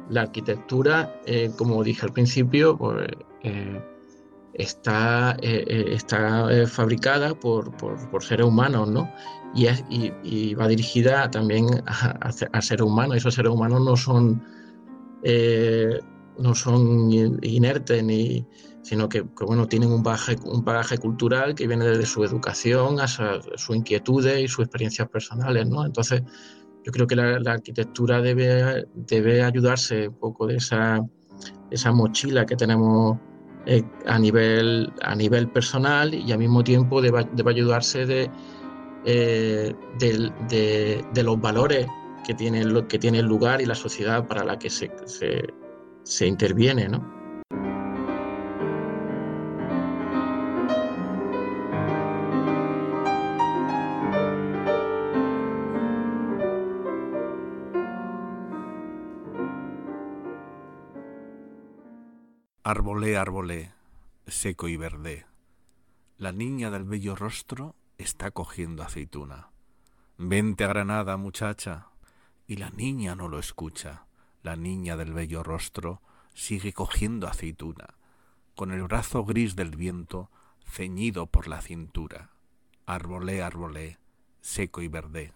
La arquitectura, como dije al principio, pues, está fabricada por seres humanos, ¿no? Y va dirigida también a seres humanos. Esos seres humanos no son inertes, sino que bueno, tienen un bagaje cultural que viene desde su educación, a sus inquietudes y sus experiencias personales, ¿no? Entonces, yo creo que la arquitectura debe ayudarse un poco de esa mochila que tenemos a nivel personal, y al mismo tiempo debe ayudarse de los valores que tiene el lugar y la sociedad para la que se interviene, ¿no? Arbolé, arbolé, seco y verde. La niña del bello rostro está cogiendo aceituna. Vente a Granada, muchacha. Y la niña no lo escucha. La niña del bello rostro sigue cogiendo aceituna, con el brazo gris del viento ceñido por la cintura. Arbolé, arbolé, seco y verde.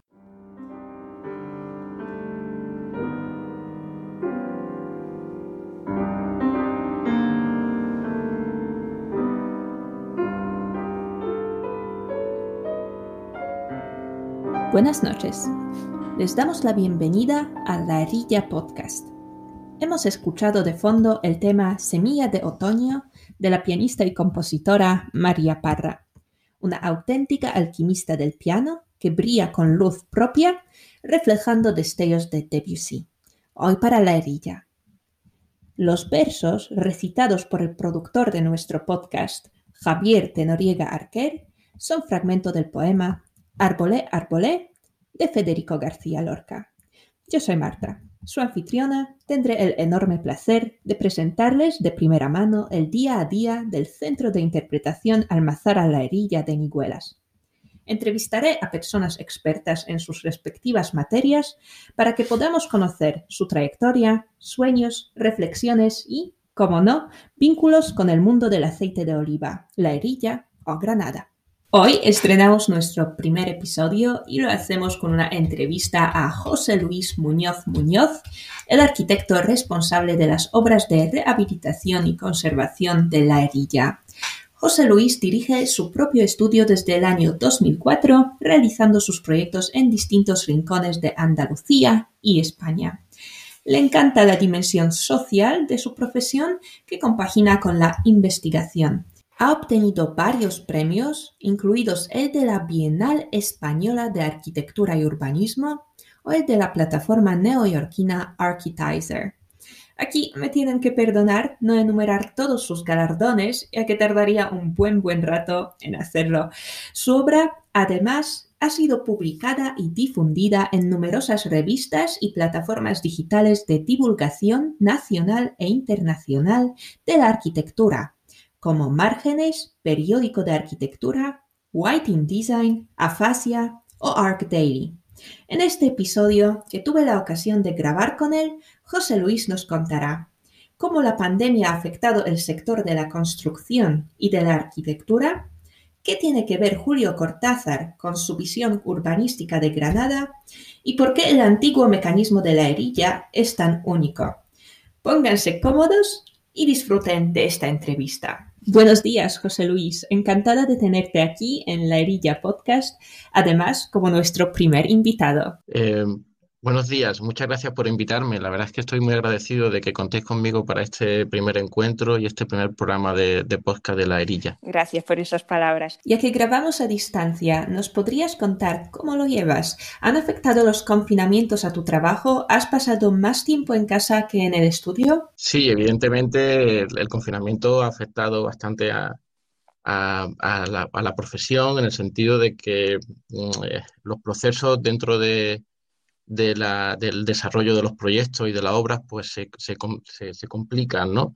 Buenas noches. Les damos la bienvenida a La Erilla Podcast. Hemos escuchado de fondo el tema Semilla de Otoño de la pianista y compositora María Parra, una auténtica alquimista del piano que brilla con luz propia, reflejando destellos de Debussy. Hoy para La Erilla. Los versos, recitados por el productor de nuestro podcast, Javier Tenoriega Arquer, son fragmento del poema Arbolé, arbolé, de Federico García Lorca. Yo soy Marta, su anfitriona. Tendré el enorme placer de presentarles de primera mano el día a día del Centro de Interpretación Almazara La Erilla de Niguelas. Entrevistaré a personas expertas en sus respectivas materias para que podamos conocer su trayectoria, sueños, reflexiones y, como no, vínculos con el mundo del aceite de oliva, La Erilla o Granada. Hoy estrenamos nuestro primer episodio y lo hacemos con una entrevista a José Luis Muñoz Muñoz, el arquitecto responsable de las obras de rehabilitación y conservación de La Erilla. José Luis dirige su propio estudio desde el año 2004, realizando sus proyectos en distintos rincones de Andalucía y España. Le encanta la dimensión social de su profesión, que compagina con la investigación. Ha obtenido varios premios, incluidos el de la Bienal Española de Arquitectura y Urbanismo o el de la plataforma neoyorquina Architizer. Aquí me tienen que perdonar no enumerar todos sus galardones, ya que tardaría un buen rato en hacerlo. Su obra, además, ha sido publicada y difundida en numerosas revistas y plataformas digitales de divulgación nacional e internacional de la arquitectura, como Márgenes, Periódico de Arquitectura, Whiting Design, Afasia o ArcDaily. En este episodio, que tuve la ocasión de grabar con él, José Luis nos contará cómo la pandemia ha afectado el sector de la construcción y de la arquitectura, qué tiene que ver Julio Cortázar con su visión urbanística de Granada y por qué el antiguo mecanismo de La Erilla es tan único. Pónganse cómodos y disfruten de esta entrevista. Buenos días, José Luis. Encantada de tenerte aquí en La Erilla Podcast, además como nuestro primer invitado. Buenos días, muchas gracias por invitarme. La verdad es que estoy muy agradecido de que contéis conmigo para este primer encuentro y este primer programa de podcast de La Erilla. Gracias por esas palabras. Ya que grabamos a distancia, ¿nos podrías contar cómo lo llevas? ¿Han afectado los confinamientos a tu trabajo? ¿Has pasado más tiempo en casa que en el estudio? Sí, evidentemente el confinamiento ha afectado bastante a la profesión, en el sentido de que los procesos dentro del desarrollo de los proyectos y de las obras pues se complican, ¿no? Ya de por sí la arquitectura es un proceso bastante complejo, y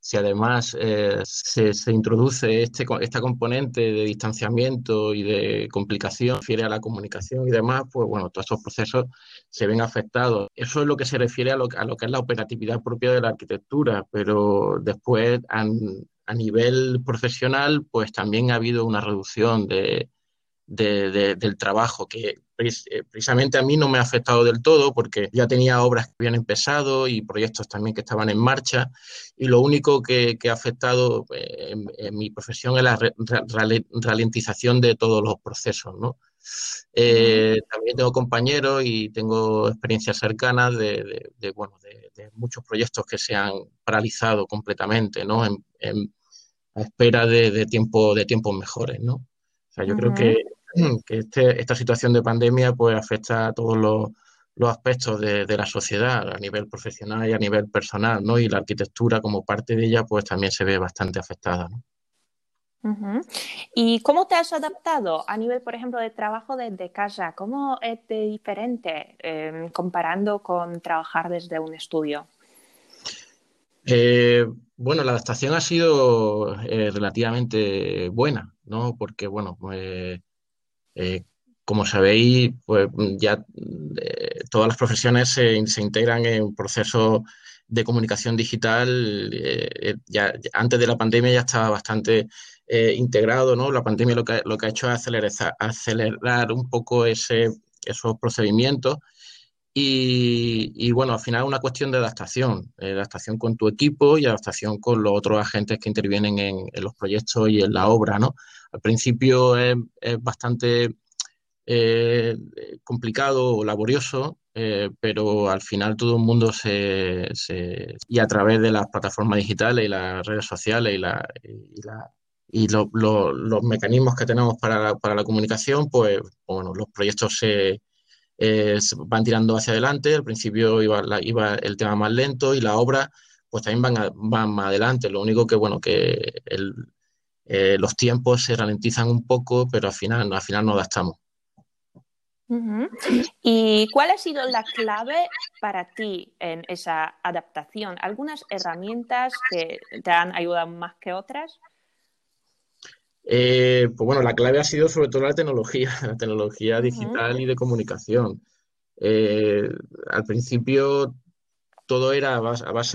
si además se introduce esta componente de distanciamiento y de complicación, refiere a la comunicación y demás, pues bueno, todos estos procesos se ven afectados. Eso es lo que se refiere a lo que es la operatividad propia de la arquitectura, pero después a nivel profesional, pues también ha habido una reducción del trabajo que precisamente a mí no me ha afectado del todo porque ya tenía obras que habían empezado y proyectos también que estaban en marcha y lo único que ha afectado en mi profesión es la ralentización de todos los procesos, ¿no? También tengo compañeros y tengo experiencias cercanas de muchos proyectos que se han paralizado completamente, ¿no? A espera de tiempos mejores, ¿no? O sea, yo creo que esta situación de pandemia pues afecta a todos los aspectos de la sociedad a nivel profesional y a nivel personal, ¿no? Y la arquitectura como parte de ella pues también se ve bastante afectada, ¿no? ¿Y cómo te has adaptado a nivel, por ejemplo, de trabajo desde casa? ¿Cómo es de diferente comparando con trabajar desde un estudio? Bueno, la adaptación ha sido relativamente buena, ¿no? Porque, bueno, como sabéis, pues ya todas las profesiones se integran en un proceso de comunicación digital. Ya antes de la pandemia ya estaba bastante integrado, ¿no? La pandemia lo que ha hecho es acelerar un poco esos procedimientos. Y bueno, al final es una cuestión de adaptación con tu equipo y adaptación con los otros agentes que intervienen en los proyectos y en la obra, ¿no? Al principio es bastante complicado o laborioso, pero al final todo el mundo y a través de las plataformas digitales y las redes sociales los mecanismos que tenemos para la comunicación, pues bueno, los proyectos se van tirando hacia adelante. Al principio iba el tema más lento y la obra pues también van más adelante. Lo único que, bueno, que los tiempos se ralentizan un poco, pero al final nos adaptamos. ¿Y cuál ha sido la clave para ti en esa adaptación? ¿Algunas herramientas que te han ayudado más que otras? Pues bueno, la clave ha sido sobre todo la tecnología digital y de comunicación. Al principio todo era a base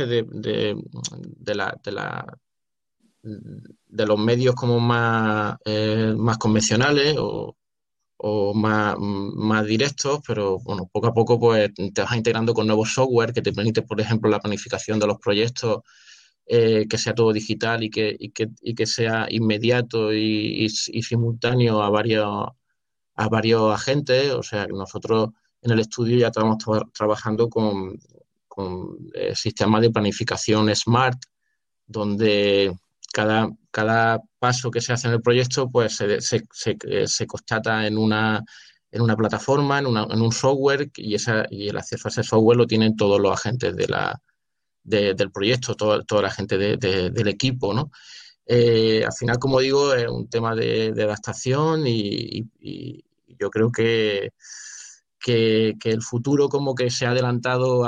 de los medios como más convencionales o más directos, pero bueno, poco a poco pues te vas integrando con nuevos software que te permite, por ejemplo, la planificación de los proyectos, que sea todo digital y que sea inmediato y simultáneo a varios agentes. O sea, que nosotros en el estudio ya estamos trabajando con sistemas de planificación smart, donde cada paso que se hace en el proyecto pues se constata en una plataforma, en un software, y el acceso a ese software lo tienen todos los agentes del proyecto, toda la gente del equipo, ¿no? Al final, como digo, es un tema de adaptación y yo creo que el futuro como que se ha adelantado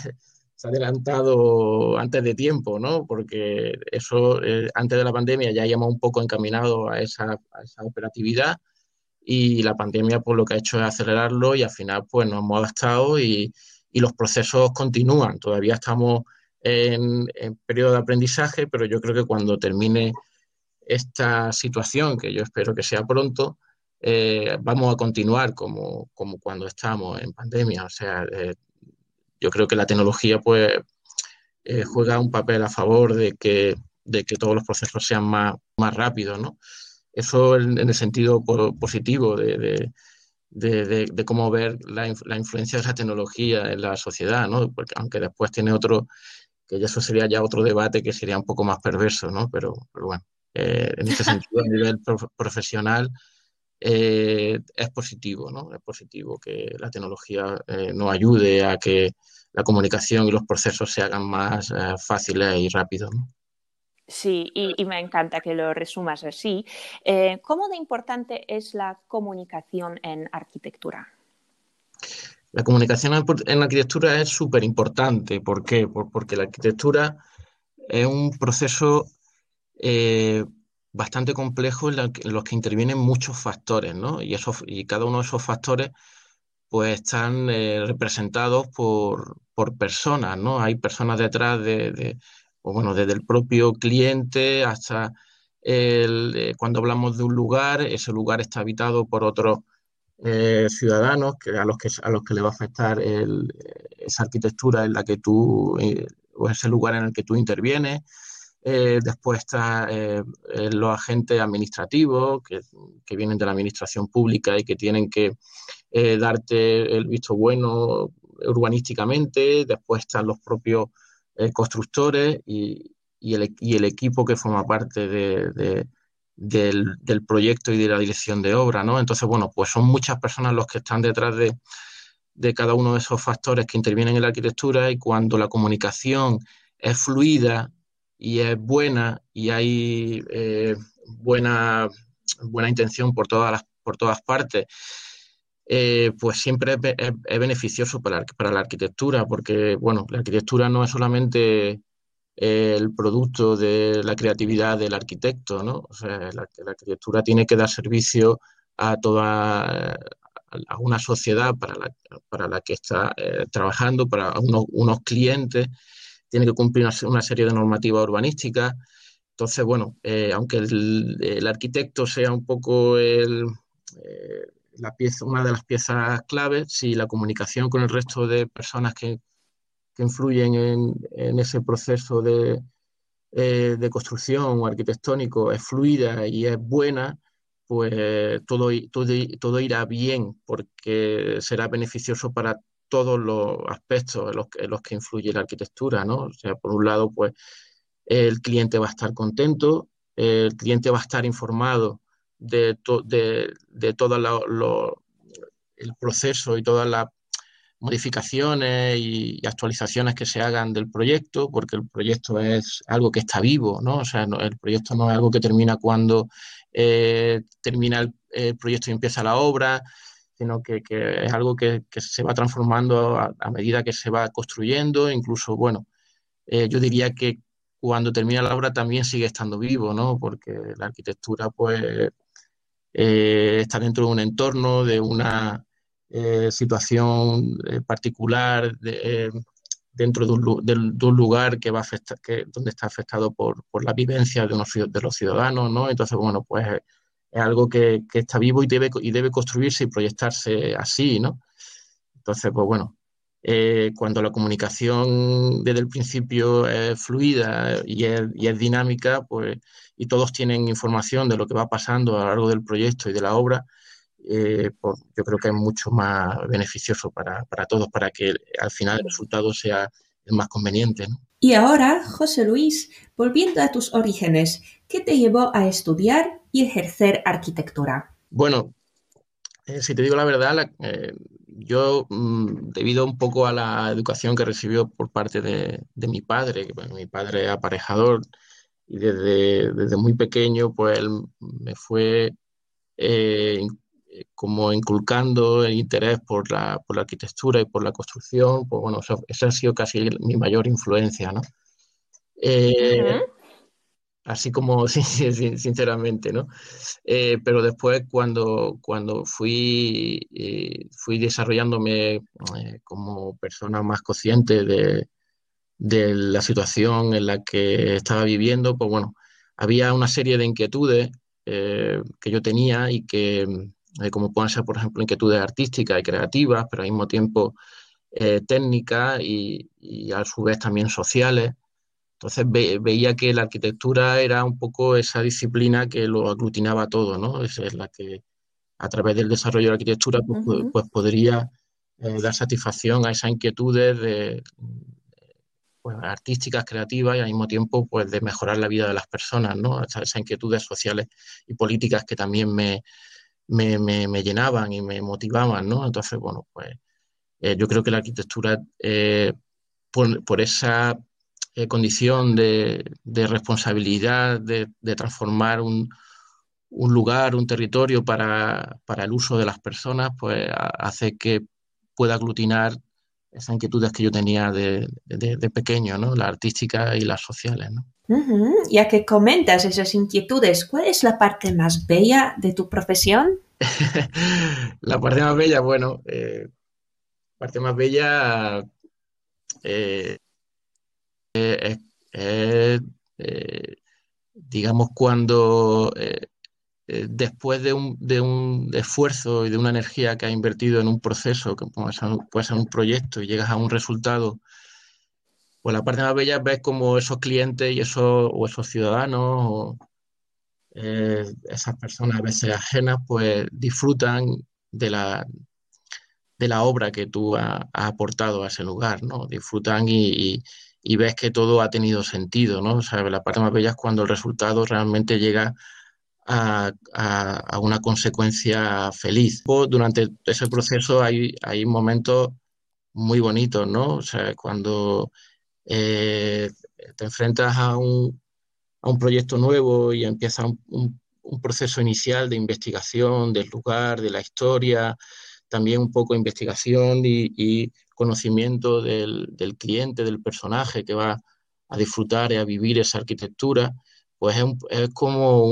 antes de tiempo, ¿no? Porque eso, antes de la pandemia ya íbamos un poco encaminados a esa operatividad y la pandemia pues lo que ha hecho es acelerarlo y al final pues nos hemos adaptado y los procesos continúan. Todavía estamos en periodo de aprendizaje, pero yo creo que cuando termine esta situación, que yo espero que sea pronto, vamos a continuar como cuando estamos en pandemia. O sea, yo creo que la tecnología pues juega un papel a favor de que todos los procesos sean más rápidos, ¿no? Eso en el sentido positivo de cómo ver la influencia de la tecnología en la sociedad, ¿no? Porque aunque después tiene otro, que ya eso sería ya otro debate que sería un poco más perverso, ¿no? Pero bueno, en este sentido, a nivel profesional, es positivo, ¿no? Es positivo que la tecnología nos ayude a que la comunicación y los procesos se hagan más fáciles y rápidos, ¿no? Sí, y me encanta que lo resumas así. ¿Cómo de importante es la comunicación en arquitectura? La comunicación en arquitectura es súper importante. ¿Por qué? Porque la arquitectura es un proceso bastante complejo en los que intervienen muchos factores, ¿no? Y cada uno de esos factores pues están representados por personas, ¿no? Hay personas detrás o bueno, desde el propio cliente hasta cuando hablamos de un lugar, ese lugar está habitado por otros ciudadanos a los que le va a afectar esa arquitectura en la que tú, o ese lugar en el que tú intervienes. Después está los agentes administrativos que vienen de la administración pública y que tienen que darte el visto bueno urbanísticamente. Después están los propios constructores y el equipo que forma parte del proyecto y de la dirección de obra, ¿no? Entonces, bueno, pues son muchas personas los que están detrás de cada uno de esos factores que intervienen en la arquitectura, y cuando la comunicación es fluida y es buena y hay buena intención por todas partes, pues siempre es beneficioso para la arquitectura, porque bueno, la arquitectura no es solamente el producto de la creatividad del arquitecto, ¿no? O sea, la arquitectura tiene que dar servicio a a una sociedad para la que está trabajando, para unos clientes, tiene que cumplir una serie de normativas urbanísticas. Entonces, bueno, aunque el arquitecto sea un poco una de las piezas claves, si la comunicación con el resto de personas que influyen en ese proceso de construcción o arquitectónico es fluida y es buena, pues todo irá bien, porque será beneficioso para todos los aspectos en los que influye la arquitectura, ¿no? O sea, por un lado, pues el cliente va a estar contento, el cliente va a estar informado de todo el proceso y todas las modificaciones y actualizaciones que se hagan del proyecto, porque el proyecto es algo que está vivo, ¿no? O sea, el proyecto no es algo que termina cuando termina el proyecto y empieza la obra, sino que es algo que se va transformando a medida que se va construyendo. Incluso, bueno, yo diría que cuando termina la obra también sigue estando vivo, ¿no? Porque la arquitectura, pues, está dentro de un entorno, de una situación particular, dentro de un lugar que va a afectar, donde está afectado por la vivencia de los ciudadanos, ¿no? Entonces, bueno, pues es algo que está vivo y debe construirse y proyectarse así, ¿no? Entonces, pues bueno, cuando la comunicación desde el principio es fluida y es dinámica, pues, y todos tienen información de lo que va pasando a lo largo del proyecto y de la obra, pues yo creo que es mucho más beneficioso para todos, para que al final el resultado sea el más conveniente, ¿no? Y ahora, José Luis, volviendo a tus orígenes, ¿qué te llevó a estudiar y ejercer arquitectura? Bueno, si te digo la verdad, yo, debido un poco a la educación que recibió por parte de mi padre, que bueno, mi padre es aparejador, y desde muy pequeño, pues él me fue como inculcando el interés por la arquitectura y por la construcción. Pues bueno, esa ha sido casi mi mayor influencia, ¿no? Eh, Ujú. Así como, sí, sí, sinceramente, ¿no? Pero después, cuando fui desarrollándome como persona más consciente de la situación en la que estaba viviendo, pues bueno, había una serie de inquietudes que yo tenía y como pueden ser, por ejemplo, inquietudes artísticas y creativas, pero al mismo tiempo técnicas y a su vez también sociales. Entonces veía que la arquitectura era un poco esa disciplina que lo aglutinaba todo, ¿no? Es la que a través del desarrollo de la arquitectura Ujú. pues podría dar satisfacción a esas inquietudes pues, artísticas, creativas y al mismo tiempo pues de mejorar la vida de las personas, ¿no? Esas inquietudes sociales y políticas que también me llenaban y me motivaban, ¿no? Entonces, bueno, pues yo creo que la arquitectura, por esa condición de responsabilidad, de transformar un lugar, un territorio para el uso de las personas, pues hace que pueda aglutinar esas inquietudes que yo tenía de pequeño, ¿no? Las artísticas y las sociales, ¿no? Ya que comentas esas inquietudes, ¿cuál es la parte más bella de tu profesión? La parte más bella, bueno, parte más bella eh, es, digamos, cuando después de un esfuerzo y de una energía que has invertido en un proceso, que puede ser un proyecto, y llegas a un resultado, pues la parte más bella es ver cómo esos clientes y esos ciudadanos o esas personas a veces ajenas, pues disfrutan de de la obra que tú has aportado a ese lugar, ¿no? Disfrutan y ves que todo ha tenido sentido, ¿no? O sea, la parte más bella es cuando el resultado realmente llega a una consecuencia feliz. Durante ese proceso hay momentos muy bonitos, ¿no? O sea, cuando eh, te enfrentas a un proyecto nuevo y empieza un proceso inicial de investigación del lugar, de la historia, también un poco de investigación y conocimiento del cliente, del personaje que va a disfrutar y a vivir esa arquitectura, pues es como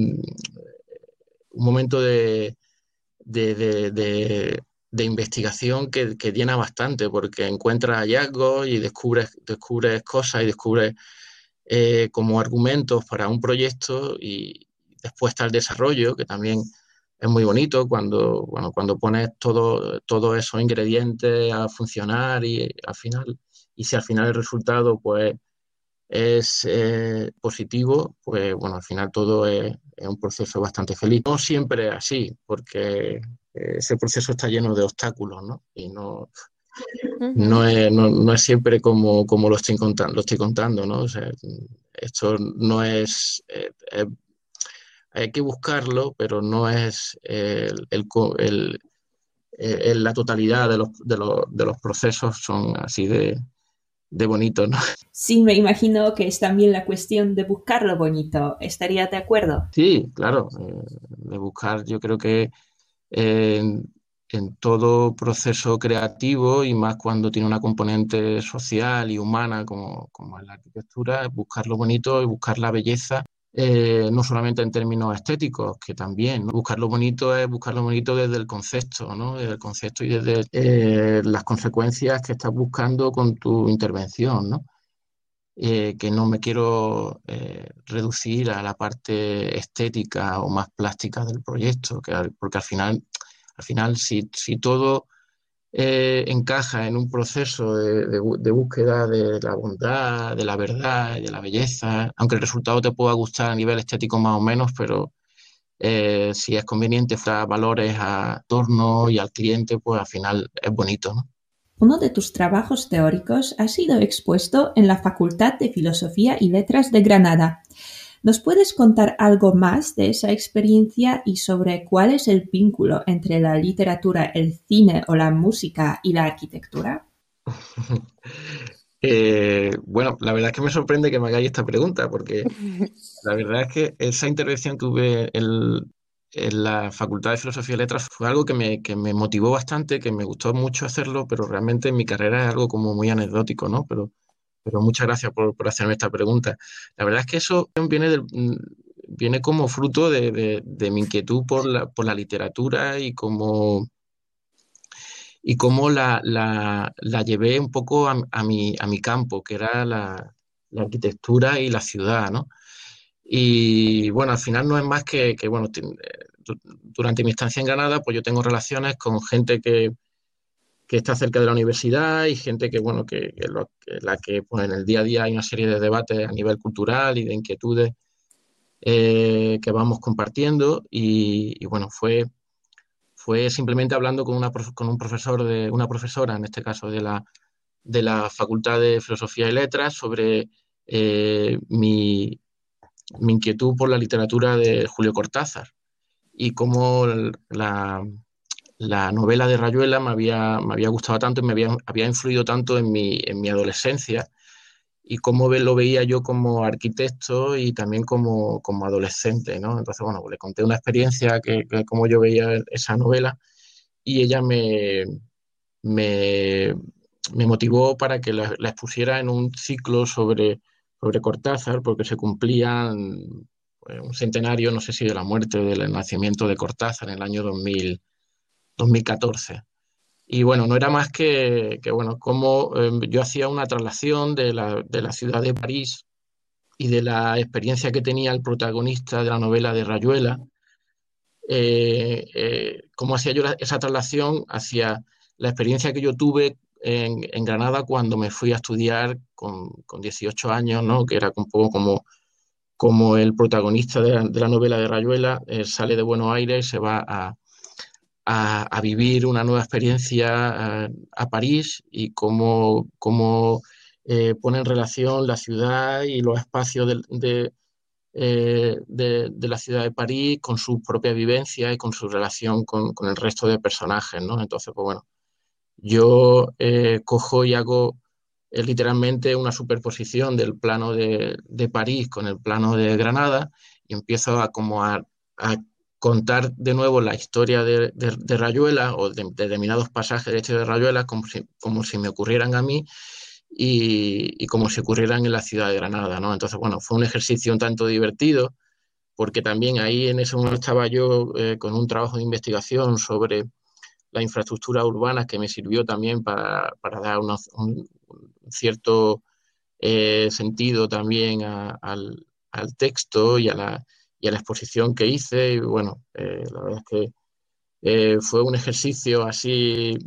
un momento de, de- de- de investigación que llena bastante, porque encuentras hallazgos y descubres cosas y descubres como argumentos para un proyecto y después está el desarrollo, que también es muy bonito cuando pones todos esos ingredientes a funcionar y al final, y si al final el resultado pues es positivo, pues bueno, al final todo es un proceso bastante feliz. No siempre es así, porque ese proceso está lleno de obstáculos, ¿no? Y no es siempre como lo estoy contando, ¿no? O sea, esto no hay que buscarlo, pero no es la totalidad de los procesos son así de bonitos, ¿no? Sí, me imagino que es también la cuestión de buscar lo bonito. ¿Estaría de acuerdo? Sí, claro, de buscar, yo creo que en todo proceso creativo y más cuando tiene una componente social y humana como es la arquitectura, es buscar lo bonito y buscar la belleza, no solamente en términos estéticos, que también, ¿no? Buscar lo bonito es buscar lo bonito desde el concepto, ¿no? Desde el concepto y desde las consecuencias que estás buscando con tu intervención, ¿no? Que no me quiero reducir a la parte estética o más plástica del proyecto, porque al final si todo encaja en un proceso de búsqueda de la bondad, de la verdad y de la belleza, aunque el resultado te pueda gustar a nivel estético más o menos, pero si es conveniente dar valores al entorno y al cliente, pues al final es bonito, ¿no? Uno de tus trabajos teóricos ha sido expuesto en la Facultad de Filosofía y Letras de Granada. ¿Nos puedes contar algo más de esa experiencia y sobre cuál es el vínculo entre la literatura, el cine o la música y la arquitectura? Bueno, la verdad es que me sorprende que me hagáis esta pregunta, porque la verdad es que esa intervención que tuve en la Facultad de Filosofía y Letras fue algo que me motivó bastante, que me gustó mucho hacerlo, pero realmente en mi carrera es algo como muy anecdótico, ¿no? Pero muchas gracias por hacerme esta pregunta. La verdad es que eso viene como fruto de mi inquietud por la literatura y cómo la llevé un poco a mi campo, que era la arquitectura y la ciudad, ¿no? Y bueno, al final no es más bueno, durante mi estancia en Granada, pues yo tengo relaciones con gente que está cerca de la universidad y gente bueno, la que pues en el día a día hay una serie de debates a nivel cultural y de inquietudes que vamos compartiendo y bueno, fue simplemente hablando con un profesor una profesora, en este caso de la Facultad de Filosofía y Letras, sobre mi inquietud por la literatura de Julio Cortázar y cómo la novela de Rayuela me había gustado tanto y había influido tanto en mi adolescencia y cómo lo veía yo como arquitecto y también como adolescente, ¿no? Entonces, bueno, pues le conté una experiencia que cómo yo veía esa novela y ella me me motivó para que la expusiera en un ciclo sobre Cortázar, porque se cumplían un centenario, no sé si de la muerte o del nacimiento de Cortázar en el año 2014. Y bueno, no era más que bueno, como yo hacía una traslación de la ciudad de París y de la experiencia que tenía el protagonista de la novela de Rayuela, cómo hacía yo esa traslación hacia la experiencia que yo tuve en Granada cuando me fui a estudiar con 18 años, ¿no? Que era un poco como el protagonista de la novela de Rayuela sale de Buenos Aires y se va a vivir una nueva experiencia a París, y cómo pone en relación la ciudad y los espacios de la ciudad de París con su propia vivencia y con su relación con el resto de personajes, ¿no? Entonces, pues bueno, yo cojo y hago literalmente una superposición del plano de París con el plano de Granada, y empiezo a contar de nuevo la historia de Rayuela, o de determinados pasajes de de Rayuela, como si me ocurrieran a mí, y como si ocurrieran en la ciudad de Granada, ¿no? Entonces, bueno, fue un ejercicio un tanto divertido, porque también ahí en ese momento estaba yo con un trabajo de investigación sobre la infraestructura urbana, que me sirvió también para dar un cierto sentido también al texto y a la exposición que hice. Y bueno, la verdad es que fue un ejercicio así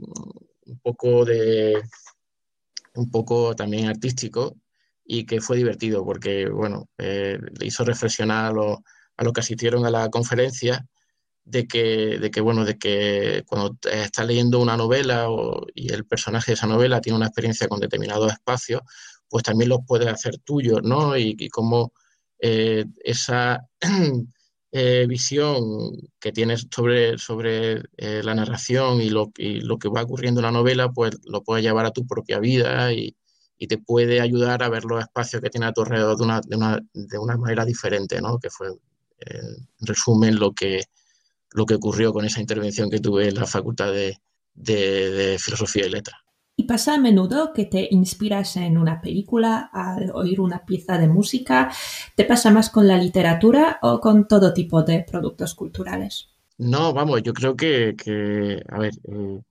un poco también artístico, y que fue divertido porque, bueno, le hizo reflexionar a los que asistieron a la conferencia bueno, de que cuando estás leyendo una novela y el personaje de esa novela tiene una experiencia con determinados espacios, pues también los puedes hacer tuyos, ¿no? Y cómo esa visión que tienes sobre la narración y lo que va ocurriendo en la novela, pues lo puedes llevar a tu propia vida, y te puede ayudar a ver los espacios que tiene a tu alrededor de una manera diferente, ¿no? Que fue, en resumen, lo que ocurrió con esa intervención que tuve en la Facultad de Filosofía y Letras. ¿Y pasa a menudo que te inspiras en una película al oír una pieza de música? ¿Te pasa más con la literatura o con todo tipo de productos culturales? No, vamos, yo creo a ver,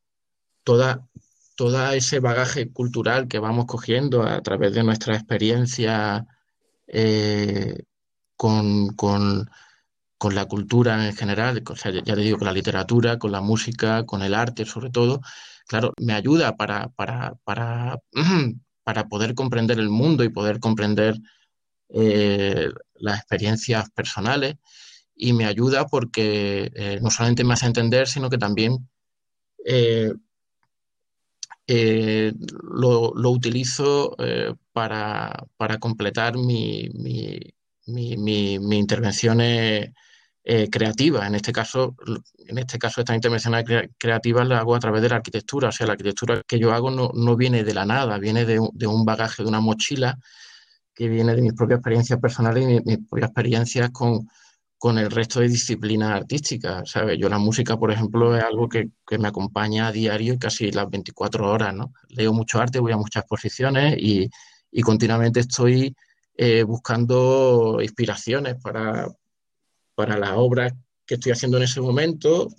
toda ese bagaje cultural que vamos cogiendo a través de nuestra experiencia eh, con la cultura en general, o sea, ya te digo, con la literatura, con la música, con el arte sobre todo, claro, me ayuda para poder comprender el mundo y poder comprender las experiencias personales, y me ayuda porque no solamente me hace entender, sino que también eh, lo utilizo para completar mi intervenciones creativas. En este caso, estas intervenciones creativas las hago a través de la arquitectura. O sea, la arquitectura que yo hago no viene de la nada, viene de un bagaje, de una mochila que viene de mis propias experiencias personales y mis propias experiencias con el resto de disciplinas artísticas, ¿sabes? Yo la música, por ejemplo, es algo que me acompaña a diario y casi las 24 horas, ¿no? Leo mucho arte, voy a muchas exposiciones, y continuamente estoy buscando inspiraciones para las obras que estoy haciendo en ese momento,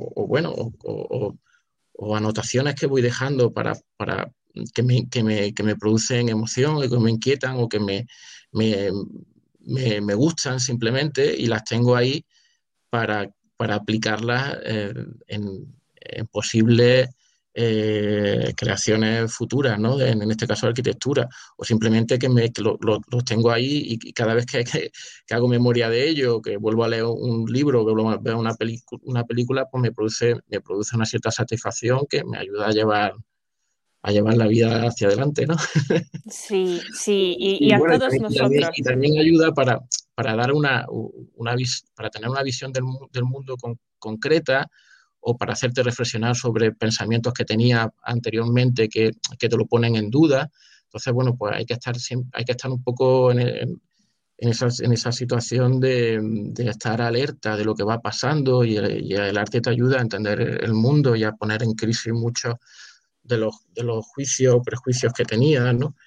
o anotaciones que voy dejando para que me producen emoción, y que me inquietan, o que me, me gustan simplemente, y las tengo ahí para aplicarlas en posibles creaciones futuras, ¿no? En este caso, arquitectura, o simplemente que los tengo ahí, y cada vez que hago memoria de ello, que vuelvo a leer un libro, que vuelvo a ver una película, pues me produce una cierta satisfacción que me ayuda a llevar la vida hacia adelante, ¿no? Sí, sí, y Y a bueno, todos nosotros. y también ayuda para dar para tener una visión del mundo concreta, o para hacerte reflexionar sobre pensamientos que tenía anteriormente que te lo ponen en duda. Entonces, bueno, pues hay que estar un poco en esa situación de estar alerta de lo que va pasando, y el arte te ayuda a entender el mundo y a poner en crisis de los juicios o prejuicios que tenía, ¿no?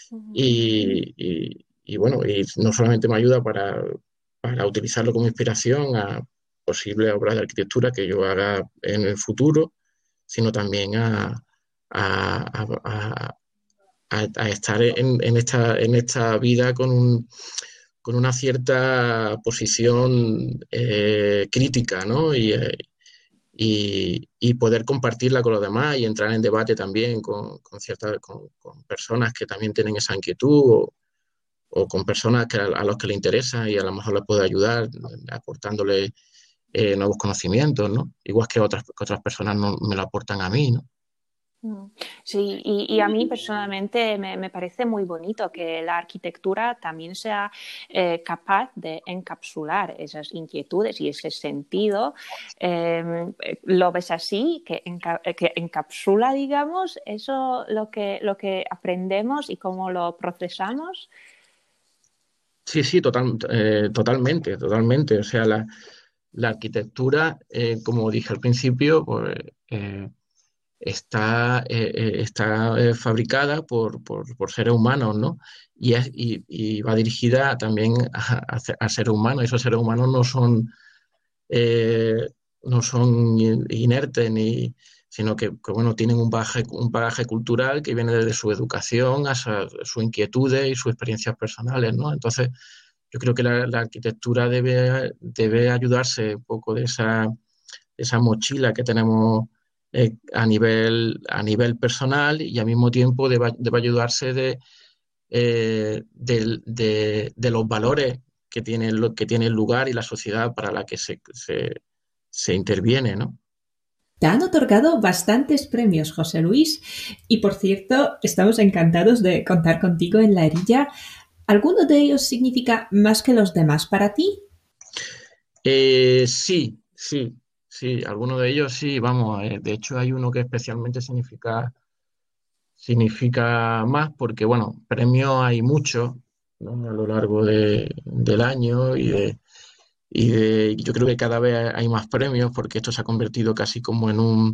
Y bueno, y no solamente me ayuda para utilizarlo como inspiración a posibles obras de arquitectura que yo haga en el futuro, sino también a, a- a estar en esta vida con una cierta posición crítica, ¿no? Y poder compartirla con los demás y entrar en debate también con personas que también tienen esa inquietud o con personas a los que le interesa y a lo mejor les puedo ayudar aportándole nuevos conocimientos, ¿no? Igual que otras personas no, me lo aportan a mí, ¿no? Sí, y a mí personalmente me parece muy bonito que la arquitectura también sea capaz de encapsular esas inquietudes y ese sentido. ¿Lo ves así? Que encapsula, digamos, eso lo que aprendemos y cómo lo procesamos. Sí, sí, totalmente. O sea, la arquitectura, como dije al principio, pues, está fabricada por seres humanos, ¿no? Y va dirigida también a seres humanos. Esos seres humanos eh, no son inertes, sino que, bueno, tienen un bagaje cultural que viene desde su educación, sus inquietudes y sus experiencias personales, ¿no? Entonces, yo creo que la arquitectura debe ayudarse un poco de esa mochila que tenemos a nivel personal y al mismo tiempo debe ayudarse de los valores que tiene el lugar y la sociedad para la que se interviene, ¿no? Te han otorgado bastantes premios, José Luis, y por cierto, estamos encantados de contar contigo en La Erilla. ¿Alguno de ellos significa más que los demás para ti? Sí, algunos de ellos sí, vamos, de hecho hay uno que especialmente significa más porque, bueno, premios hay muchos, ¿no? A lo largo del año yo creo que cada vez hay más premios porque esto se ha convertido casi como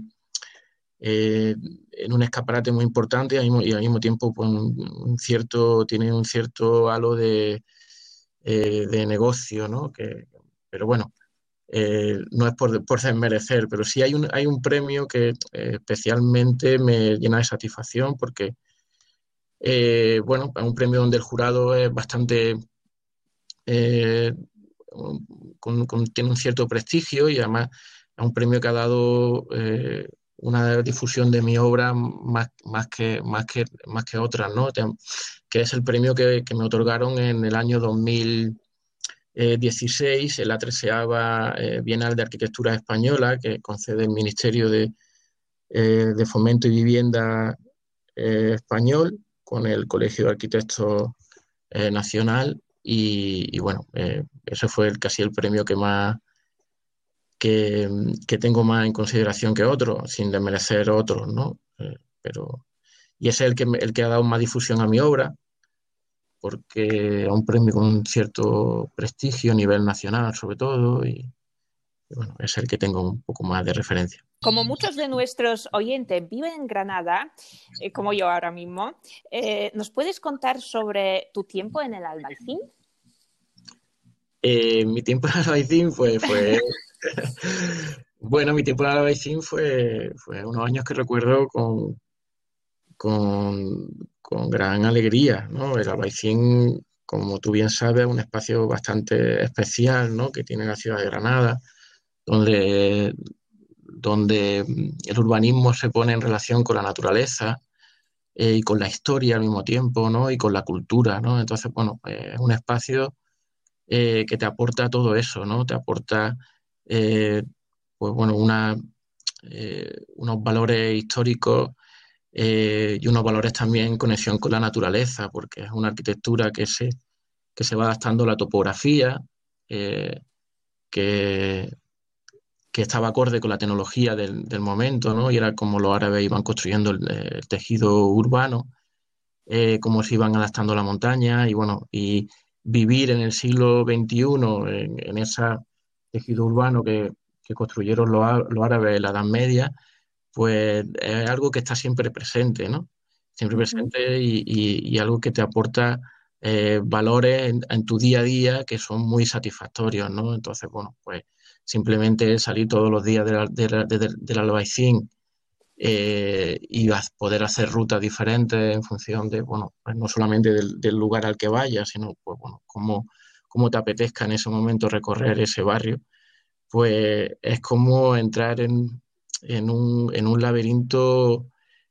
en un escaparate muy importante y al mismo tiempo pues, tiene un cierto halo de negocio, ¿no? Pero bueno, no es por desmerecer, pero sí hay un premio que especialmente me llena de satisfacción porque, bueno, es un premio donde el jurado es bastante, eh, tiene un cierto prestigio y además es un premio que ha dado una difusión de mi obra más que otras, ¿no? Que es el premio que me otorgaron en el año 2016 en la 13ª Bienal de Arquitectura Española que concede el Ministerio de Fomento y Vivienda español con el Colegio de Arquitectos Nacional y bueno, ese fue casi el premio que, que tengo más en consideración que otros, sin desmerecer otros, ¿no? Y ese es el que ha dado más difusión a mi obra, porque es un premio con un cierto prestigio a nivel nacional, sobre todo, y bueno, es el que tengo un poco más de referencia. Como muchos de nuestros oyentes viven en Granada, como yo ahora mismo, ¿nos puedes contar sobre tu tiempo en el Albaicín? Mi tiempo en Albaicín fue bueno, mi tiempo en Albaicín fue unos años que recuerdo con, con gran alegría, ¿no? El Albaicín, como tú bien sabes, es un espacio bastante especial, ¿no? Que tiene la ciudad de Granada, donde, donde el urbanismo se pone en relación con la naturaleza y con la historia al mismo tiempo, ¿no? Y con la cultura, ¿no? Entonces, bueno, es un espacio que te aporta todo eso, ¿no? Te aporta, eh, pues bueno, unos valores históricos y unos valores también en conexión con la naturaleza, porque es una arquitectura que se va adaptando a la topografía, eh, que, que estaba acorde con la tecnología del momento, ¿no? Y era como los árabes iban construyendo el tejido urbano, cómo se iban adaptando a la montaña y bueno, y vivir en el siglo XXI en ese tejido urbano que construyeron los árabes en la Edad Media, pues es algo que está siempre presente, ¿no? Siempre presente y algo que te aporta valores en tu día a día que son muy satisfactorios, ¿no? Entonces, bueno, pues simplemente salir todos los días del Albaicín y poder hacer rutas diferentes en función de, bueno, pues no solamente del lugar al que vayas, sino, pues bueno, cómo te apetezca en ese momento recorrer ese barrio, pues es como entrar en un laberinto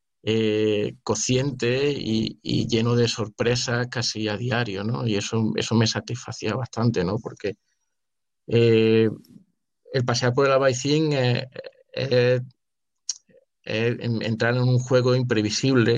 consciente y lleno de sorpresas casi a diario, ¿no? Y eso me satisfacía bastante, ¿no? Porque eh, el pasear por el Albaicín es entrar en un juego imprevisible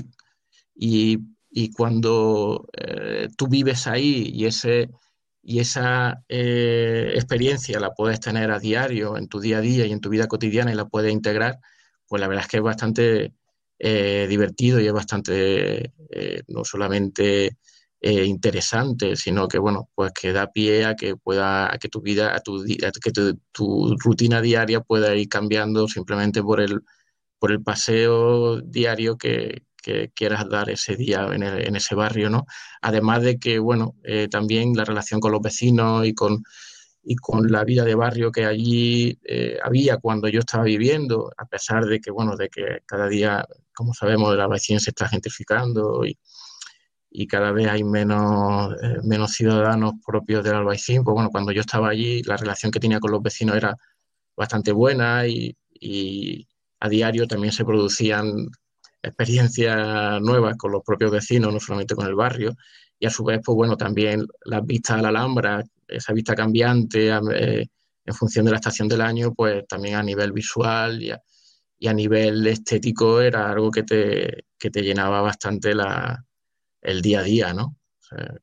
y cuando tú vives ahí y esa experiencia la puedes tener a diario, en tu día a día y en tu vida cotidiana y la puedes integrar, pues la verdad es que es bastante divertido y es bastante no solamente interesante, sino que bueno, pues que da pie a que a que tu vida, a que tu rutina diaria pueda ir cambiando simplemente por el paseo diario que quieras dar ese día en ese barrio, ¿no? Además de que, bueno, también la relación con los vecinos y con la vida de barrio que allí había cuando yo estaba viviendo, a pesar de que, bueno, de que cada día, como sabemos, la vecina se está gentrificando y cada vez hay menos ciudadanos propios del Albaicín, pues bueno, cuando yo estaba allí, la relación que tenía con los vecinos era bastante buena y a diario también se producían experiencias nuevas con los propios vecinos, no solamente con el barrio, y a su vez, pues bueno, también las vistas a la Alhambra, esa vista cambiante en función de la estación del año, pues también a nivel visual y a nivel estético era algo que te llenaba bastante el día a día, ¿no? O sea,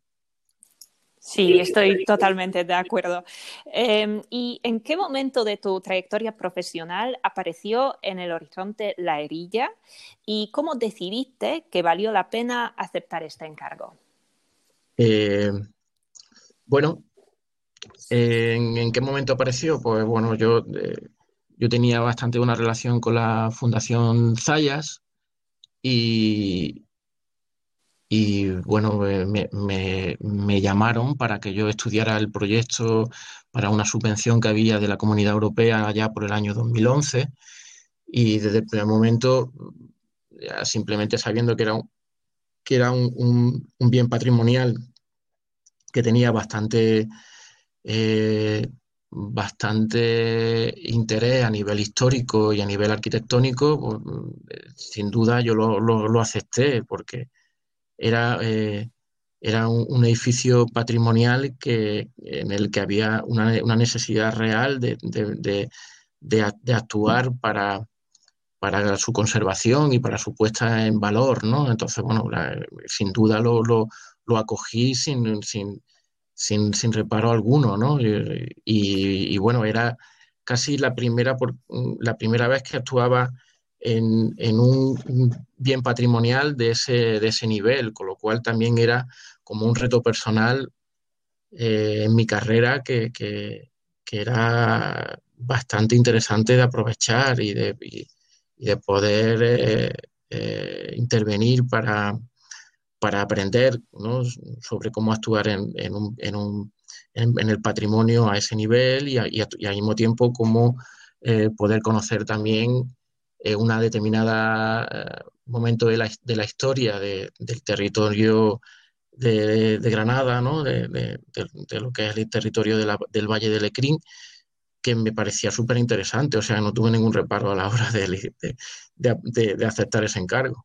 Sí, estoy totalmente de acuerdo. ¿Y en qué momento de tu trayectoria profesional apareció en el horizonte la Herilla y cómo decidiste que valió la pena aceptar este encargo? eh, bueno, ¿en qué momento apareció? Pues bueno, yo tenía bastante una relación con la Fundación Zayas y, y bueno, me llamaron para que yo estudiara el proyecto para una subvención que había de la Comunidad Europea allá por el año 2011 y desde el primer momento, ya simplemente sabiendo que era un bien patrimonial que tenía eh, bastante interés a nivel histórico y a nivel arquitectónico, pues, sin duda yo lo acepté porque era, era un edificio patrimonial en el que había una necesidad real de actuar para su conservación y para su puesta en valor, ¿no? Entonces, bueno, sin duda lo acogí sin reparo alguno, ¿no? Y bueno, era casi la primera vez que actuaba en un bien patrimonial de ese nivel, con lo cual también era como un reto personal en mi carrera que era bastante interesante de aprovechar y de poder intervenir para aprender, ¿no? Sobre cómo actuar en el patrimonio a ese nivel y al mismo tiempo cómo poder conocer también una determinada momento de la historia del territorio de Granada, ¿no? De lo que es el territorio del Valle del Lecrín, que me parecía súper interesante, o sea, no tuve ningún reparo a la hora de aceptar ese encargo.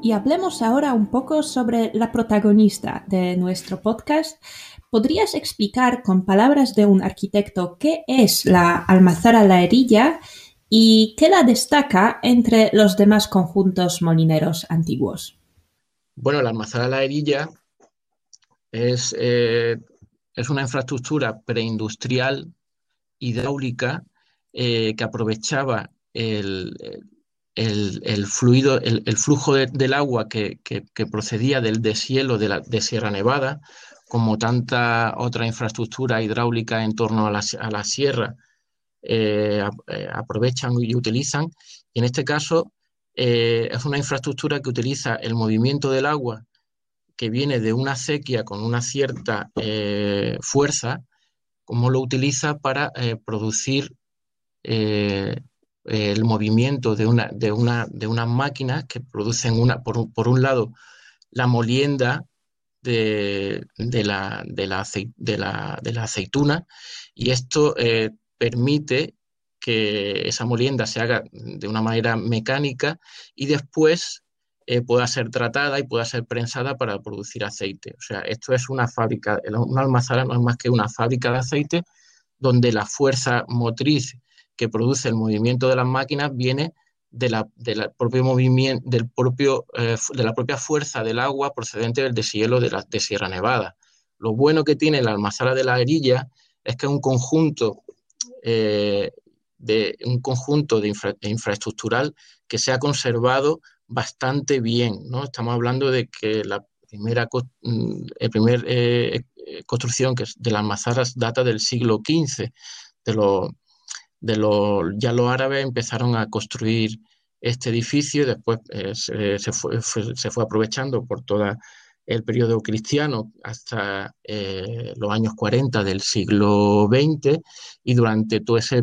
y hablemos ahora un poco sobre la protagonista de nuestro podcast. ¿Podrías explicar con palabras de un arquitecto qué es la Almazara Laherilla y qué la destaca entre los demás conjuntos molineros antiguos? Bueno, la Almazara Laherilla es una infraestructura preindustrial hidráulica que aprovechaba el fluido, el flujo del agua que procedía del deshielo de Sierra Nevada, como tanta otra infraestructura hidráulica en torno a la sierra, aprovechan y utilizan. Y en este caso es una infraestructura que utiliza el movimiento del agua que viene de una acequia con una cierta fuerza, como lo utiliza para producir el movimiento de unas máquinas que producen por un lado la molienda de la aceituna, y esto permite que esa molienda se haga de una manera mecánica y después pueda ser tratada y pueda ser prensada para producir aceite. O sea, esto es una fábrica, una almazara no es más que una fábrica de aceite donde la fuerza motriz que produce el movimiento de las máquinas viene de la propia fuerza del agua procedente del deshielo de Sierra Nevada. Lo bueno que tiene la Almazara de Laherilla es que es un conjunto infraestructural que se ha conservado bastante bien, ¿no? Estamos hablando de que la primera construcción que es de las almazaras data del siglo XV. Ya los árabes empezaron a construir este edificio y después se fue aprovechando por todo el periodo cristiano hasta los años 40 del siglo XX, y durante todo ese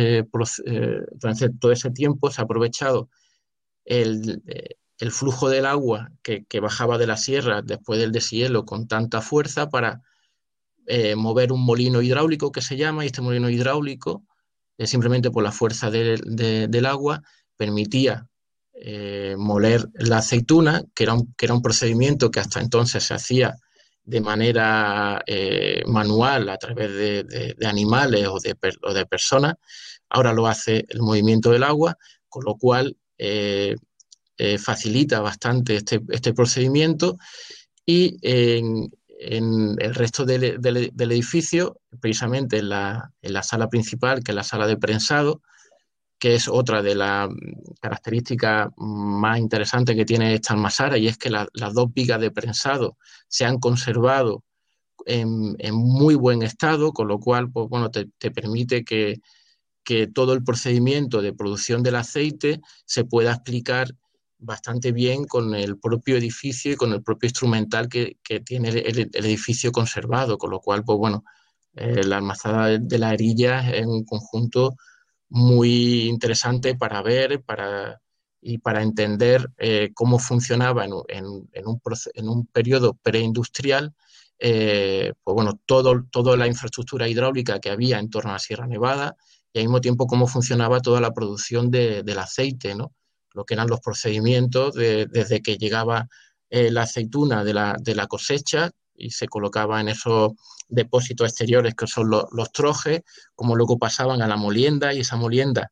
tiempo se ha aprovechado el flujo del agua que bajaba de la sierra después del deshielo con tanta fuerza para mover un molino hidráulico que se llama, y este molino hidráulico simplemente por la fuerza del agua permitía moler la aceituna, que era un procedimiento que hasta entonces se hacía de manera manual a través de animales o de personas. Ahora lo hace el movimiento del agua, con lo cual facilita bastante este procedimiento. Y en el resto del edificio, precisamente en la sala principal, que es la sala de prensado, que es otra de las características más interesantes que tiene esta almazara, y es que las dos vigas de prensado se han conservado en muy buen estado, con lo cual pues, bueno, te permite que todo el procedimiento de producción del aceite se pueda explicar bastante bien con el propio edificio y con el propio instrumental que tiene el edificio conservado, con lo cual, pues bueno, la Almazara de Laherilla es un conjunto muy interesante para ver y para entender cómo funcionaba en un periodo preindustrial, pues bueno, toda la infraestructura hidráulica que había en torno a la Sierra Nevada, y al mismo tiempo cómo funcionaba toda la producción del aceite, ¿no? Lo que eran los procedimientos desde que llegaba la aceituna de la cosecha y se colocaba en esos depósitos exteriores que son los trojes, como luego pasaban a la molienda, y esa molienda,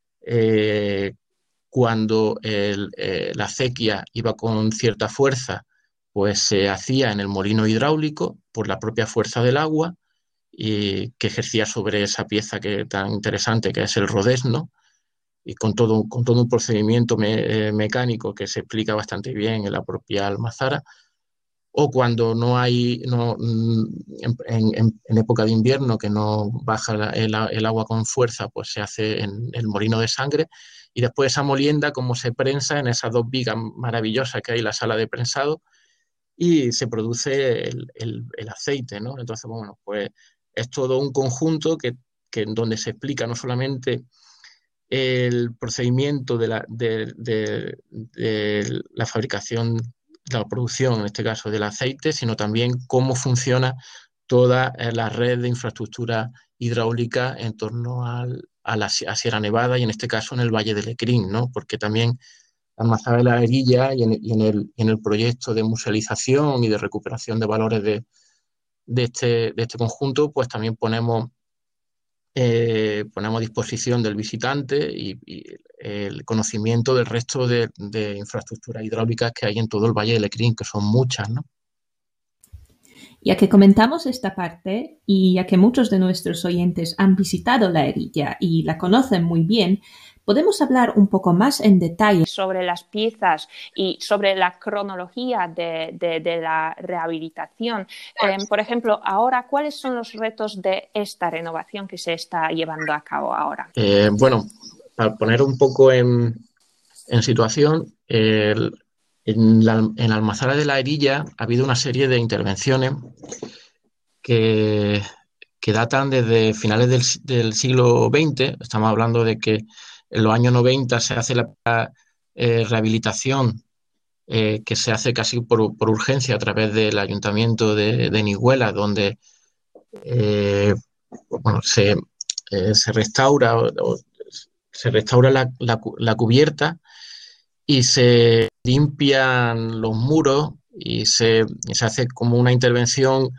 cuando la acequia iba con cierta fuerza, pues se hacía en el molino hidráulico por la propia fuerza del agua y que ejercía sobre esa pieza tan interesante que es el rodesno, y con todo un procedimiento mecánico que se explica bastante bien en la propia almazara. O cuando en época de invierno, que no baja el agua con fuerza, pues se hace en el molino de sangre, y después esa molienda como se prensa en esas dos vigas maravillosas que hay en la sala de prensado, y se produce el aceite, ¿no? Entonces, bueno, pues es todo un conjunto donde se explica no solamente el procedimiento de la fabricación, la producción, en este caso del aceite, sino también cómo funciona toda la red de infraestructura hidráulica en torno a Sierra Nevada, y en este caso en el Valle del Lecrín, ¿no? Porque también Almazara de la Erilla y en el proyecto de musealización y de recuperación de valores de este conjunto, pues también ponemos a disposición del visitante y el conocimiento del resto de infraestructuras hidráulicas que hay en todo el Valle del Lecrín, que son muchas, ¿no? Ya que comentamos esta parte y ya que muchos de nuestros oyentes han visitado la Erilla y la conocen muy bien, podemos hablar un poco más en detalle sobre las piezas y sobre la cronología de la rehabilitación. Por ejemplo, ahora, ¿cuáles son los retos de esta renovación que se está llevando a cabo ahora? Bueno, para poner un poco en situación, en la Almazara de la Erilla ha habido una serie de intervenciones que datan desde finales del siglo XX. Estamos hablando de que en los años 90 se hace la rehabilitación que se hace casi por urgencia a través del Ayuntamiento de Nihuela, donde se restaura la cubierta y se limpian los muros y se hace como una intervención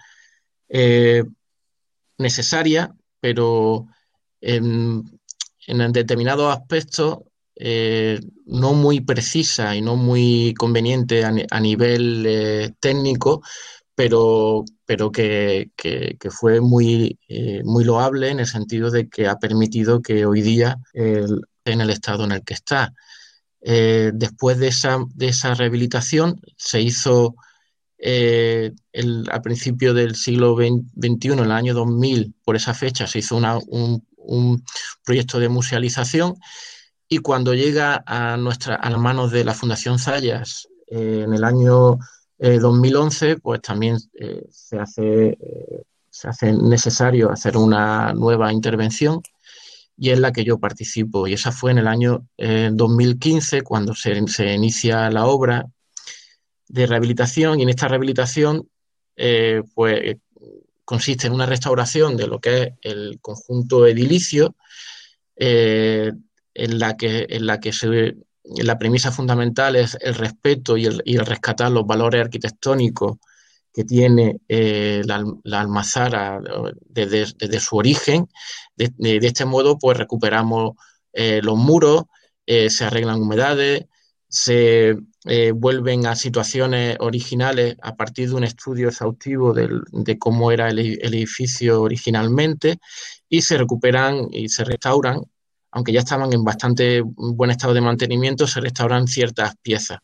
necesaria, pero en determinados aspectos no muy precisa y no muy conveniente a nivel técnico, pero que fue muy loable en el sentido de que ha permitido que hoy día en el estado en el que está. Después de esa rehabilitación se hizo a principios del siglo XXI, en el año 2000, por esa fecha, se hizo un proyecto de musealización, y cuando llega a las manos de la Fundación Zayas en el año 2011, pues también se hace necesario hacer una nueva intervención, y es la que yo participo, y esa fue en el año 2015 cuando se inicia la obra de rehabilitación, y en esta rehabilitación pues consiste en una restauración de lo que es el conjunto edilicio, en la premisa fundamental es el respeto y el rescatar los valores arquitectónicos que tiene la Almazara desde su origen. De este modo, pues recuperamos los muros, se arreglan humedades, se vuelven a situaciones originales a partir de un estudio exhaustivo de cómo era el edificio originalmente, y se recuperan y se restauran, aunque ya estaban en bastante buen estado de mantenimiento, se restauran ciertas piezas.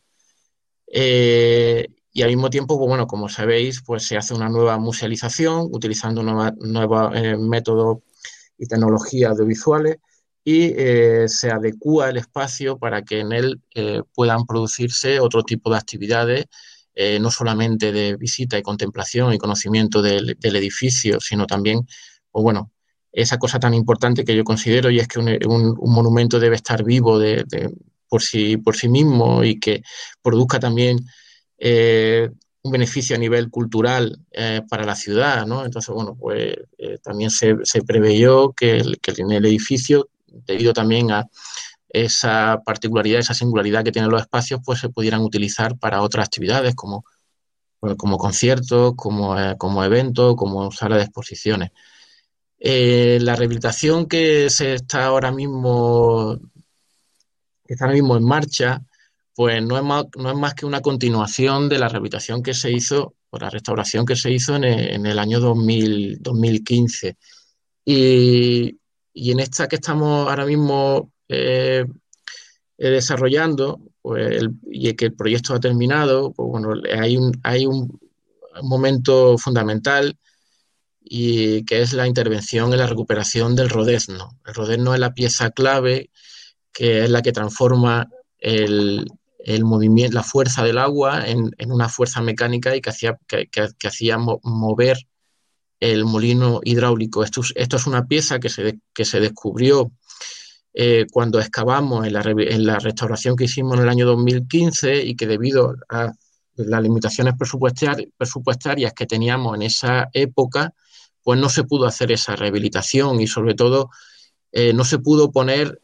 Y al mismo tiempo, pues bueno, como sabéis, pues se hace una nueva musealización utilizando nuevos métodos y tecnologías audiovisuales, y se adecúa el espacio para que en él puedan producirse otro tipo de actividades, no solamente de visita y contemplación y conocimiento del edificio, sino también, pues bueno, esa cosa tan importante que yo considero, y es que un monumento debe estar vivo por sí mismo, y que produzca también un beneficio a nivel cultural para la ciudad, ¿no? Entonces, bueno, pues también se preveyó que en el edificio, debido también a esa particularidad, esa singularidad que tienen los espacios, pues se pudieran utilizar para otras actividades como conciertos, como eventos, como sala de exposiciones. La rehabilitación que está ahora mismo en marcha, pues no es más que una continuación de la rehabilitación que se hizo, o la restauración que se hizo en el año 2015. Y en esta que estamos ahora mismo desarrollando, pues, y que el proyecto ha terminado, pues bueno, hay un momento fundamental, y que es la intervención en la recuperación del rodezno. El rodezno es la pieza clave, que es la que transforma el movimiento, la fuerza del agua en una fuerza mecánica, y que hacía mover el molino hidráulico. Esto es una pieza que se descubrió cuando excavamos en la restauración que hicimos en el año 2015, y que debido a las limitaciones presupuestarias que teníamos en esa época, pues no se pudo hacer esa rehabilitación, y sobre todo no se pudo poner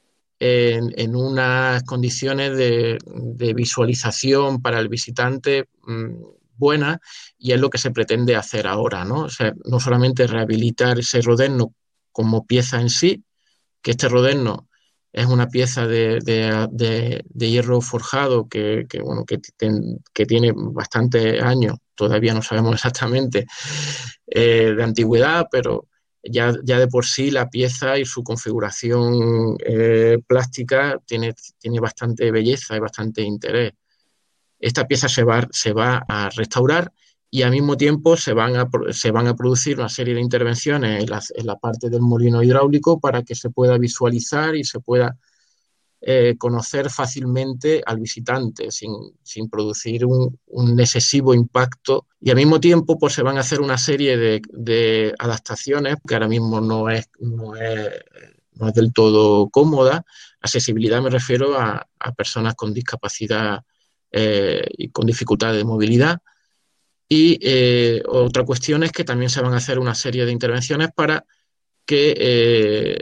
en unas condiciones de visualización para el visitante buenas, y es lo que se pretende hacer ahora, ¿no? O sea, no solamente rehabilitar ese rodeno como pieza en sí, que este rodeno es una pieza de hierro forjado bueno, que tiene bastantes años, todavía no sabemos exactamente, de antigüedad, pero ya de por sí la pieza y su configuración plástica tiene bastante belleza y bastante interés. Esta pieza se va a restaurar, y al mismo tiempo se van a producir una serie de intervenciones en la parte del molino hidráulico para que se pueda visualizar y se pueda conocer fácilmente al visitante sin producir un excesivo impacto. Y al mismo tiempo pues se van a hacer una serie de adaptaciones que ahora mismo no es del todo cómoda. Accesibilidad me refiero a personas con discapacidad y con dificultad de movilidad. Y otra cuestión es que también se van a hacer una serie de intervenciones para que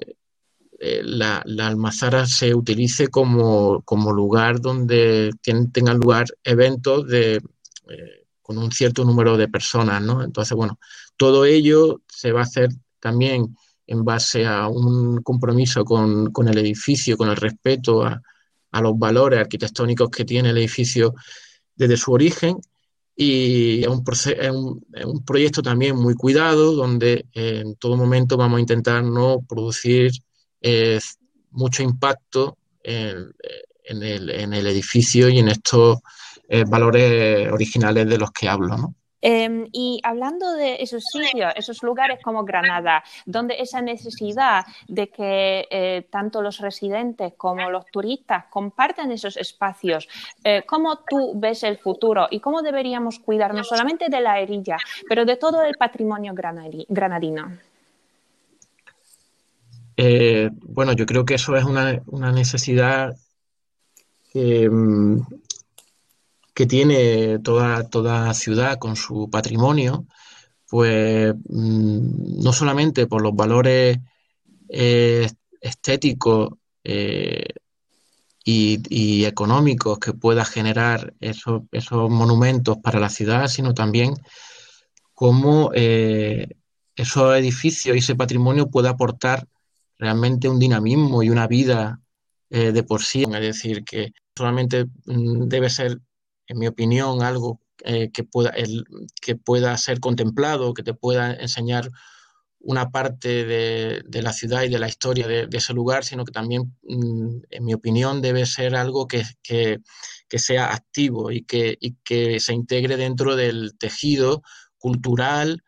la almazara se utilice como lugar donde tengan lugar eventos con un cierto número de personas, ¿no? Entonces, bueno, todo ello se va a hacer también en base a un compromiso con el edificio, con el respeto a los valores arquitectónicos que tiene el edificio desde su origen. Y es un proyecto también muy cuidado, donde en todo momento vamos a intentar no producir mucho impacto en el edificio y en estos valores originales de los que hablo, ¿no? Y hablando de esos sitios, esos lugares como Granada, donde esa necesidad de que tanto los residentes como los turistas compartan esos espacios, ¿cómo tú ves el futuro y cómo deberíamos cuidar no solamente de la Herilla, pero de todo el patrimonio granadino? Bueno, yo creo que eso es una necesidad que tiene toda ciudad con su patrimonio, pues no solamente por los valores estéticos y económicos que pueda generar esos monumentos para la ciudad, sino también cómo esos edificios y ese patrimonio puede aportar realmente un dinamismo y una vida de por sí. Es decir, que solamente debe ser, en mi opinión, algo que pueda ser contemplado, que te pueda enseñar una parte de la ciudad y de la historia de ese lugar, sino que también, en mi opinión, debe ser algo que sea activo y que se integre dentro del tejido cultural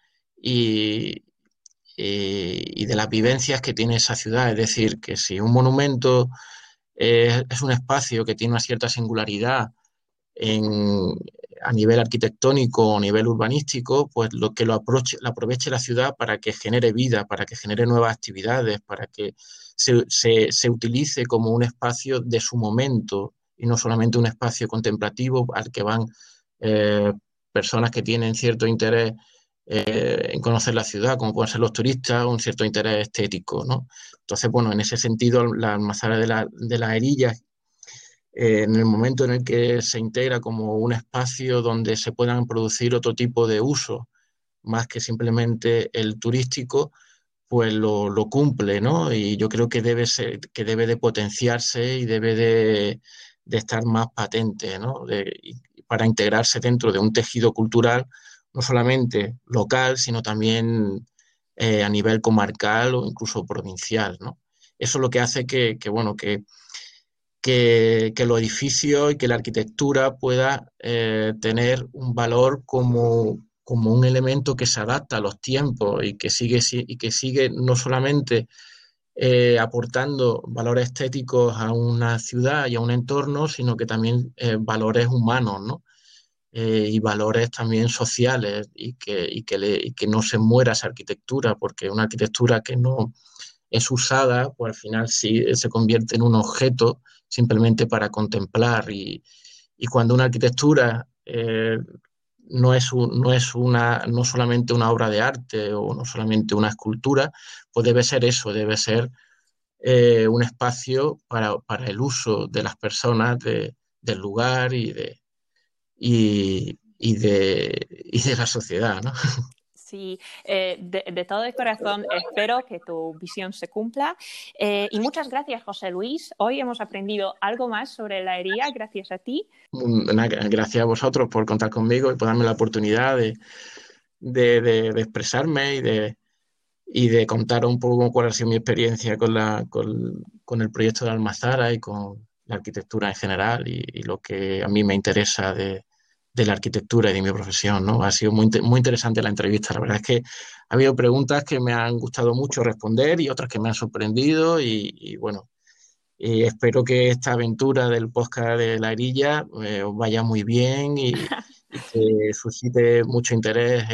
y de las vivencias que tiene esa ciudad. Es decir, que si un monumento es un espacio que tiene una cierta singularidad a nivel arquitectónico o a nivel urbanístico, pues lo aproveche la ciudad para que genere vida, para que genere nuevas actividades, para que se utilice como un espacio de su momento y no solamente un espacio contemplativo al que van personas que tienen cierto interés en conocer la ciudad, como pueden ser los turistas, un cierto interés estético, ¿no? Entonces, bueno, en ese sentido, la almazara de las Herillas, en el momento en el que se integra como un espacio donde se puedan producir otro tipo de usos, más que simplemente el turístico, pues lo cumple, ¿no? Y yo creo que debe de potenciarse y debe de estar más patente, ¿no? Para integrarse dentro de un tejido cultural, no solamente local, sino también a nivel comarcal o incluso provincial, ¿no? Eso es lo que hace bueno, que los edificios y que la arquitectura pueda tener un valor como un elemento que se adapta a los tiempos y que sigue no solamente aportando valores estéticos a una ciudad y a un entorno, sino que también valores humanos, ¿no? Y valores también sociales, y que no se muera esa arquitectura, porque una arquitectura que no es usada, pues al final sí se convierte en un objeto simplemente para contemplar. Y cuando una arquitectura no es no solamente una obra de arte o no solamente una escultura, pues debe ser eso, debe ser un espacio para el uso de las personas, del lugar y de la sociedad, ¿no? Sí, de todo el corazón espero que tu visión se cumpla. Y muchas gracias, José Luis. Hoy hemos aprendido algo más sobre la herida gracias a ti. Gracias a vosotros por contar conmigo y por darme la oportunidad de expresarme y de contar un poco cuál ha sido mi experiencia con el proyecto de Almazara y con la arquitectura en general y lo que a mí me interesa de la arquitectura y de mi profesión, ¿no? Ha sido muy interesante la entrevista. La verdad es que ha habido preguntas que me han gustado mucho responder y otras que me han sorprendido y bueno, y espero que esta aventura del podcast de La Herilla os vaya muy bien y que suscite mucho interés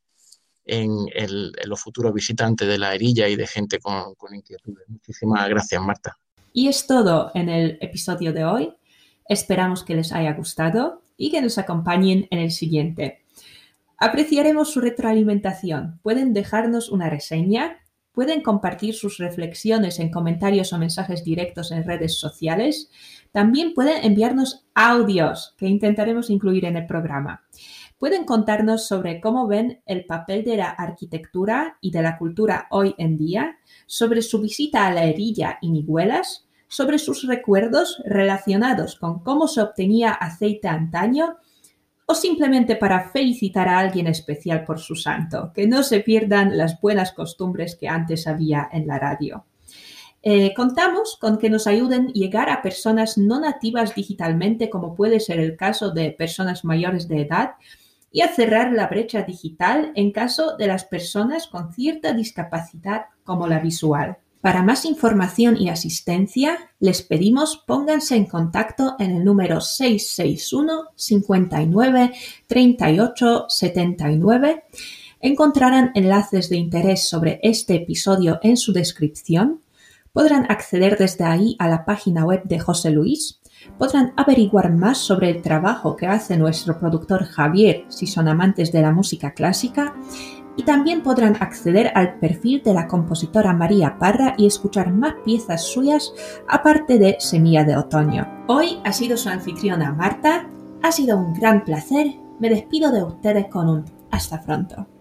en los futuros visitantes de La Herilla y de gente con inquietudes. Muchísimas gracias, Marta. Y es todo en el episodio de hoy. Esperamos que les haya gustado y que nos acompañen en el siguiente. Apreciaremos su retroalimentación. Pueden dejarnos una reseña, pueden compartir sus reflexiones en comentarios o mensajes directos en redes sociales. También pueden enviarnos audios que intentaremos incluir en el programa. Pueden contarnos sobre cómo ven el papel de la arquitectura y de la cultura hoy en día, sobre su visita a La Herilla y Miguelas, sobre sus recuerdos relacionados con cómo se obtenía aceite antaño o simplemente para felicitar a alguien especial por su santo, que no se pierdan las buenas costumbres que antes había en la radio. Contamos con que nos ayuden a llegar a personas no nativas digitalmente, como puede ser el caso de personas mayores de edad, y a cerrar la brecha digital en caso de las personas con cierta discapacidad como la visual. Para más información y asistencia, les pedimos pónganse en contacto en el número 661 59 38 79. Encontrarán enlaces de interés sobre este episodio en su descripción. Podrán acceder desde ahí a la página web de José Luis. Podrán averiguar más sobre el trabajo que hace nuestro productor Javier si son amantes de la música clásica. Y también podrán acceder al perfil de la compositora María Parra y escuchar más piezas suyas aparte de Semilla de Otoño. Hoy ha sido su anfitriona Marta. Ha sido un gran placer. Me despido de ustedes con un hasta pronto.